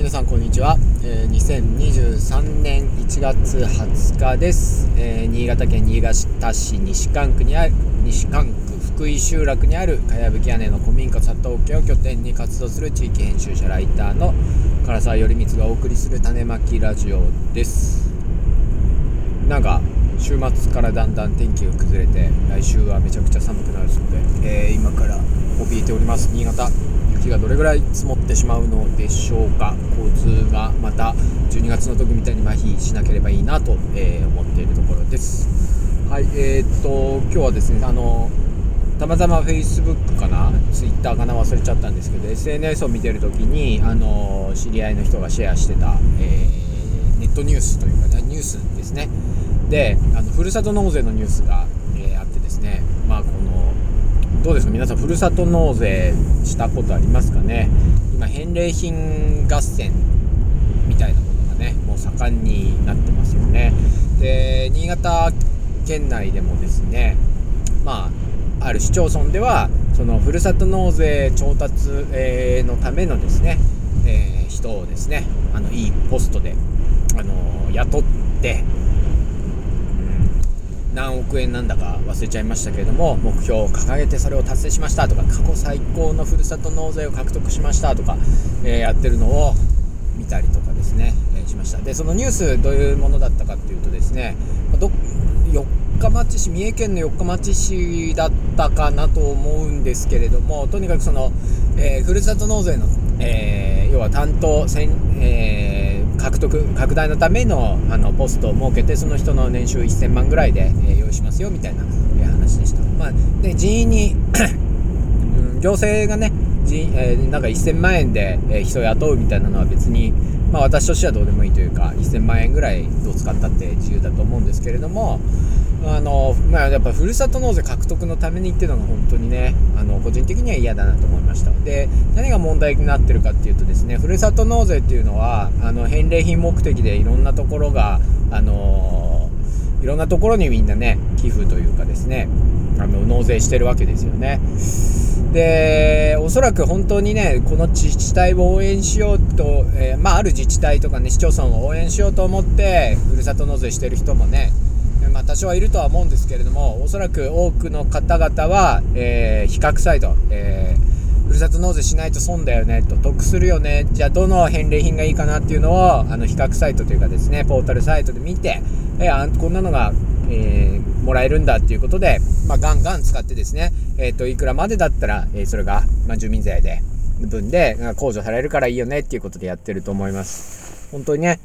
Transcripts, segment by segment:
皆さんこんにちは。2023年1月20日です。新潟県新潟市西蒲区福井集落にあるかやぶき屋根の古民家佐藤家を拠点に活動する地域編集者ライターの唐沢頼光がお送りする種まきラジオです。なんか週末からだんだん天気が崩れて、来週はめちゃくちゃ寒くなるそうで、今から怯えております。新潟、雪がどれぐらい積もってしまうのでしょうか。交通がまた12月の時みたいに麻痺しなければいいなと、思っているところです。はい、今日はですね、たまたま Facebook かな Twitter かな忘れちゃったんですけど、 SNS を見てる時に知り合いの人がシェアしてた、ネットニュースというか、ね、ニュースですね。で、ふるさと納税のニュースが、あってですね、どうですか皆さん、ふるさと納税したことありますかね。今返礼品合戦みたいなものがね、もう盛んになってますよね。で、新潟県内でもですね、ある市町村ではそのふるさと納税調達、のためのですね、人をですね、いいポストで雇って何億円なんだか忘れちゃいましたけれども、目標を掲げてそれを達成しましたとか、過去最高のふるさと納税を獲得しましたとか、やってるのを見たりとかですね、しました。で、そのニュースどういうものだったかっていうとですね、四日町市、三重県の四日町市だったかなと思うんですけれども、とにかくその、ふるさと納税の、要は担当拡大のためのポストを設けて、その人の年収1000万ぐらいで、用意しますよみたいな、話でした。で、人員に行政がね、なんか1000万円で、人を雇うみたいなのは別に、私としてはどうでもいいというか、1000万円ぐらいどう使ったって自由だと思うんですけれども、やっぱふるさと納税獲得のためにっていうのが本当にね、個人的には嫌だなと思いました。で、何が問題になってるかっていうとですね、ふるさと納税っていうのは返礼品目的でいろんなところがいろんなところにみんなね、寄付というかですね、納税してるわけですよね。で、おそらく本当にね、この自治体を応援しようと、ある自治体とかね、市町村を応援しようと思ってふるさと納税してる人もね、多少はいるとは思うんですけれども、おそらく多くの方々は、比較サイト、ふるさと納税しないと損だよねと、得するよね、じゃあどの返礼品がいいかなっていうのを比較サイトというかですね、ポータルサイトで見て、こんなのが、もらえるんだっていうことで、ガンガン使ってですね、いくらまでだったら、それが、住民税で分で控除されるからいいよねっていうことでやってると思います。本当にね、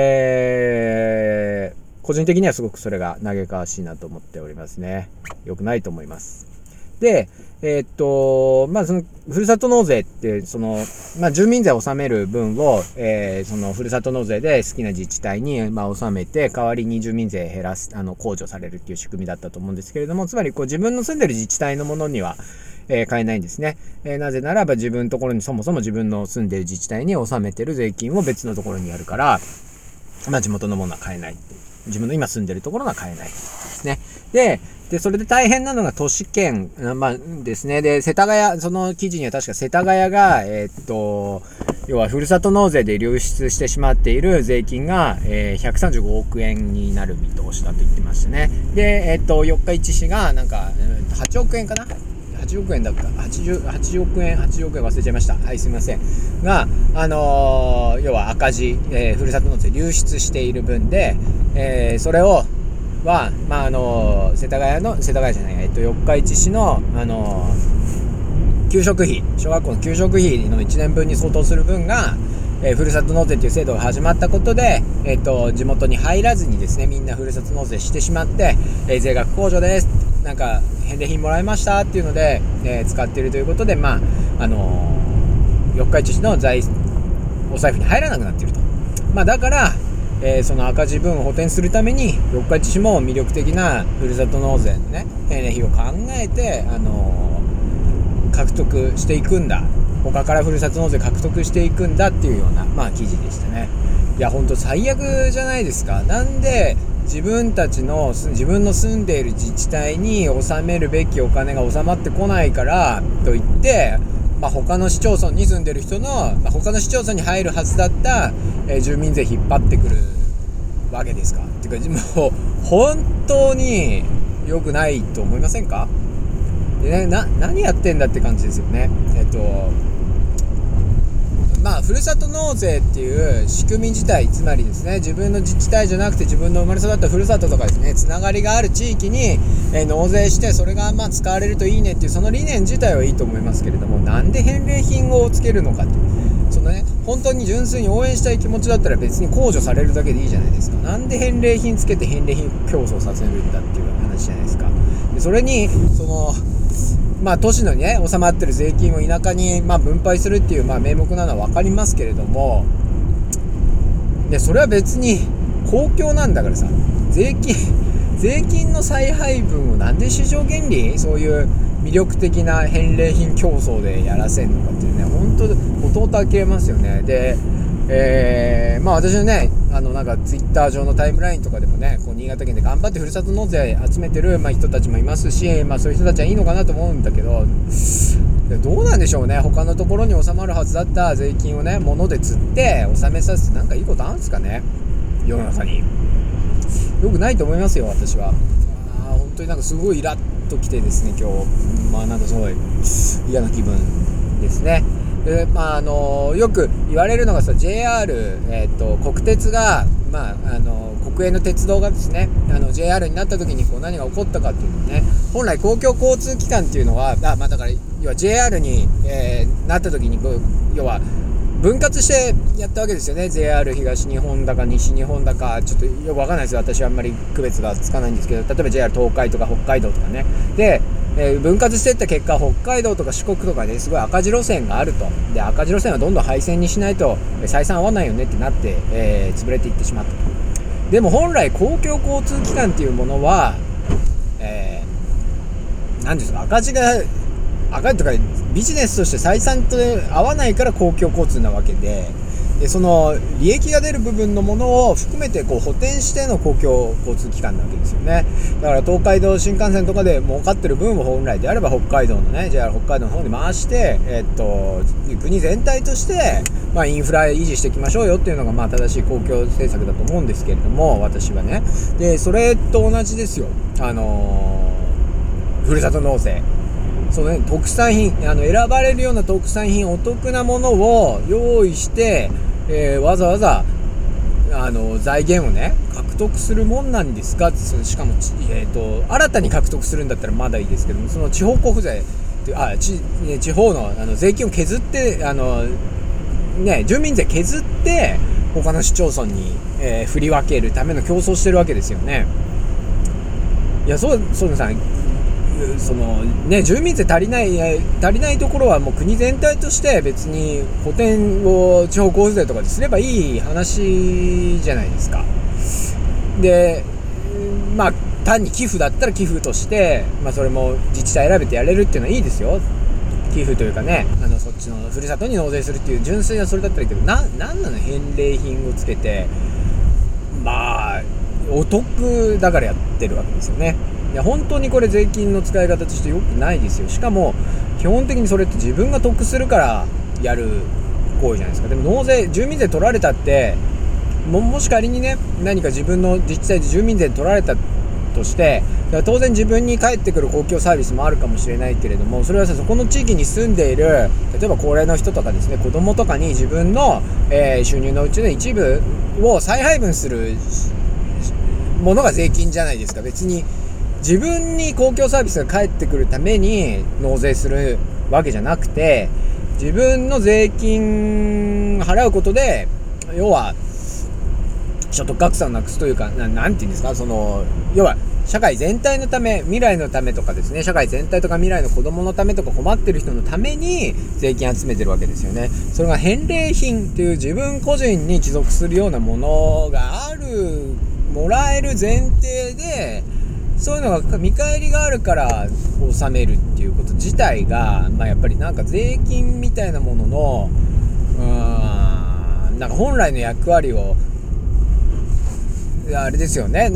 個人的にはすごくそれが嘆かわしいなと思っておりますね。良くないと思います。で、そのふるさと納税って住民税を納める分を、そのふるさと納税で好きな自治体に納めて、代わりに住民税減らす控除されるっていう仕組みだったと思うんですけれども、つまり自分の住んでる自治体のものには買えないんですね。なぜならば自分のところにそもそも自分の住んでる自治体に納めてる税金を別のところにやるから、地元のものは買えないっていう。自分の今住んでるところが買えないですね。で、それで大変なのが都市圏、ですね。で、世田谷、その記事には確か世田谷が、要はふるさと納税で流出してしまっている税金が、135億円になる見通しだと言ってましたね。で、四日市市がなんか、8億円かな8億円だった。8億円忘れちゃいました。はい、すみません。が、要は赤字、ふるさと納税流出している分で、それを、世田谷じゃない、四日市市の、給食費、小学校の給食費の1年分に相当する分が、ふるさと納税という制度が始まったことで、地元に入らずにですね、みんなふるさと納税してしまって、税額控除です。なんか返礼品もらいましたっていうので、使っているということで、四日市市のお財布に入らなくなっていると。だから、その赤字分を補填するために四日市市も魅力的なふるさと納税のね、返礼品を考えて、獲得していくんだ。他からふるさと納税獲得していくんだっていうような、記事でしたね。いや、本当最悪じゃないですか。なんで自分の住んでいる自治体に納めるべきお金が納まってこないからといって、 他の市町村に住んでる人の、他の市町村に入るはずだった、住民税引っ張ってくるわけですか。っていうかもう本当に良くないと思いませんか。でね、何やってんだって感じですよね。ふるさと納税っていう仕組み自体、つまりですね、自分の自治体じゃなくて自分の生まれ育ったふるさととかですね、つながりがある地域に、納税して、それが使われるといいねっていうその理念自体はいいと思いますけれども、なんで返礼品をつけるのかって、そのね、本当に純粋に応援したい気持ちだったら別に控除されるだけでいいじゃないですか。なんで返礼品つけて返礼品競争させるんだっていう話じゃないですか。でそれに都市のね収まってる税金を田舎に分配するっていう名目なのは分かりますけれども、でそれは別に公共なんだからさ、税金の再配分をなんで市場原理、そういう魅力的な返礼品競争でやらせんのかっていうね、本当弟呆れますよね。で私のねツイッター上のタイムラインとかでもね、新潟県で頑張ってふるさと納税集めてる、人たちもいますし、そういう人たちはいいのかなと思うんだけど、どうなんでしょうね。他のところに収まるはずだった税金をね、物で釣って納めさせて、なんかいいことあるんですかね、世の中に。よくないと思いますよ、私は。本当にすごいイラッときてですね、今日すごい嫌な気分ですね。でよく言われるのがJR、国鉄が、国営の鉄道がですね、JR になった時に何が起こったかっていうのね、本来公共交通機関っていうのは、だから要は JR に、なった時に要は分割してやったわけですよね。 JR 東日本だか西日本だかちょっとよく分かんないですよ、私はあんまり区別がつかないんですけど、例えば JR 東海とか北海道とかね、で分割していった結果、北海道とか四国とかですごい赤字路線があると。で赤字路線はどんどん廃線にしないと採算合わないよねってなって、潰れていってしまったと。でも本来公共交通機関っていうものは、何ですか、赤字とかビジネスとして採算と合わないから公共交通なわけで、その利益が出る部分のものを含めて補填しての公共交通機関なわけですよね。だから東海道新幹線とかで儲かってる分を本来であれば北海道のね JR 北海道の方に回して、国全体として、インフラ維持していきましょうよっていうのが正しい公共政策だと思うんですけれども、私はね。でそれと同じですよ、ふるさと納税。特産品、選ばれるような特産品、お得なものを用意して、わざわざ財源をね獲得するもんなんですか。しかも、新たに獲得するんだったらまだいいですけども、その地方交付税地方の税金を削って住民税削って他の市町村に、振り分けるための競争してるわけですよね。いやそうさん、住民税足りないところはもう国全体として別に補填を地方交付税とかですればいい話じゃないですか。で単に寄付だったら寄付として、それも自治体選べてやれるっていうのはいいですよ。寄付というかね、そっちのふるさとに納税するっていう純粋なそれだったらいいけど、なんなの返礼品をつけてお得だからやってるわけですよね。いや本当にこれ税金の使い方として良くないですよ。しかも基本的にそれって自分が得するからやる行為じゃないですか。でも住民税取られたってもし仮にね、何か自分の自治体で住民税取られたとして、当然自分に返ってくる公共サービスもあるかもしれないけれども、それはそこの地域に住んでいる例えば高齢の人とかですね、子供とかに自分の、収入のうちの一部を再配分するものが税金じゃないですか。別に自分に公共サービスが返ってくるために納税するわけじゃなくて、自分の税金払うことで要は所得格差をなくすというか、なんていうんですか、要は社会全体のため、未来のためとかですね、社会全体とか未来の子供のためとか困ってる人のために税金集めてるわけですよね。それが返礼品っていう自分個人に帰属するようなものがもらえる前提で、そういうのが見返りがあるから納めるっていうこと自体が、やっぱり税金みたいなものの本来の役割をあれですよね、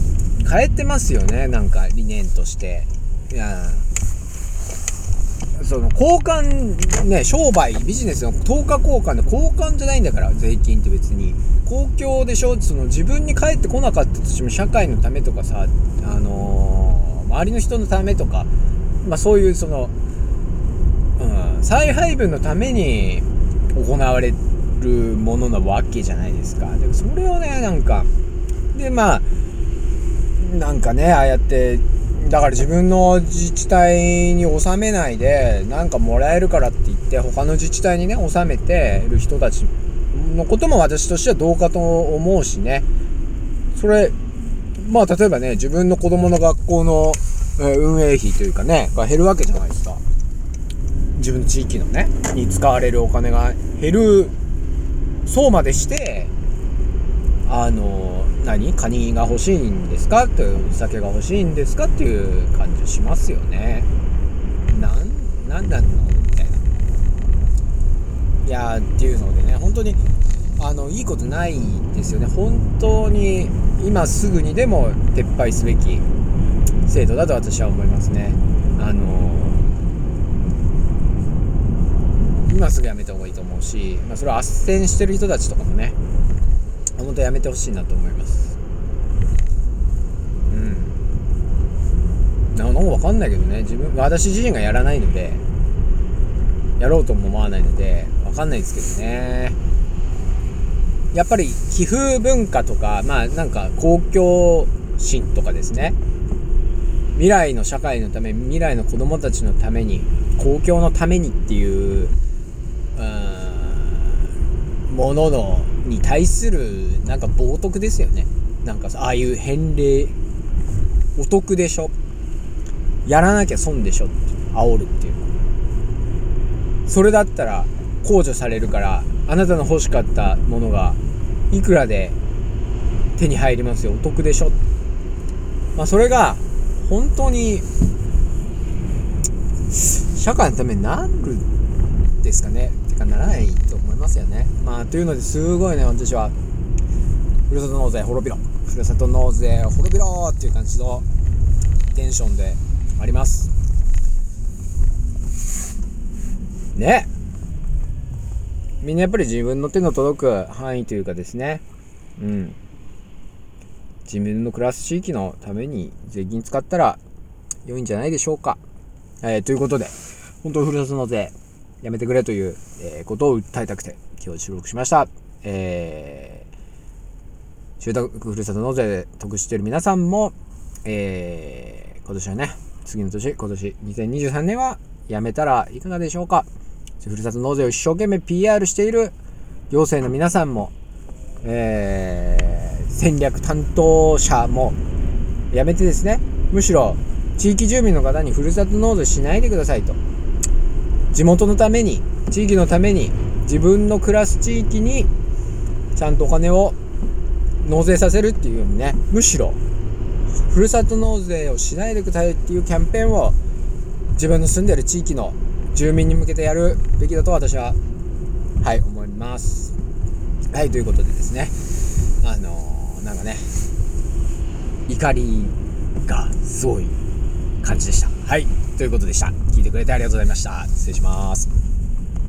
変えてますよね、理念として。 その交換ね、商売ビジネスの等価交換で交換じゃないんだから、税金って別に公共でしょ。その自分に返ってこなかったとしても社会のためとかさ、周りの人のためとか、そういうその、再配分のために行われるものなわけじゃないですか。でもそれをね、なんかね、ああやってだから自分の自治体に納めないでなんかもらえるからって言って他の自治体にね納めてる人たちのことも私としてはどうかと思うしね。それ例えばね、自分の子供の学校の運営費というかねが減るわけじゃないですか。自分の地域のねに使われるお金が減る。そうまでしてカニが欲しいんですかってお酒が欲しいんですかっていう感じしますよね。なんなのみたいな。いやっていうのでね、本当にいいことないですよね。本当に今すぐにでも撤廃すべき制度だと私は思いますね。今すぐやめた方がいいと思うし、それは斡旋してる人たちとかもね本当やめてほしいなと思います。なんか分かんないけどね、私自身がやらないのでやろうとも思わないので分かんないですけどね。やっぱり寄付文化とかなんか公共心とかですね、未来の社会のため、未来の子供たちのために、公共のためにっていうものに対するなんか冒涜ですよね。なんかああいう返礼お得でしょ、やらなきゃ損でしょって煽るっていう。それだったら控除されるからあなたの欲しかったものがいくらで手に入りますよ、お得でしょ。それが本当に社会のためになるんですかね。ならないと思いますよね。というのですごいね、私はふるさと納税滅びろ、ふるさと納税滅びろっていう感じのテンションでありますね。みんなやっぱり自分の手の届く範囲というかですね、自分の暮らす地域のために税金使ったら良いんじゃないでしょうか。ということで本当ふるさと納税やめてくれという、ことを訴えたくて今日収録しました。住宅ふるさと納税で得している皆さんも、今年はね、次の年、今年2023年はやめたらいかがでしょうか。ふるさと納税を一生懸命 PR している行政の皆さんも、戦略担当者もやめてですね、むしろ地域住民の方にふるさと納税しないでくださいと。地元のために、地域のために、自分の暮らす地域にちゃんとお金を納税させるっていうようにね、むしろふるさと納税をしないでくださいっていうキャンペーンを自分の住んでいる地域の住民に向けてやるべきだと私は思います。ということでですね、なんかね、怒りがすごい感じでした。ということでした。聞いてくれてありがとうございました。失礼します。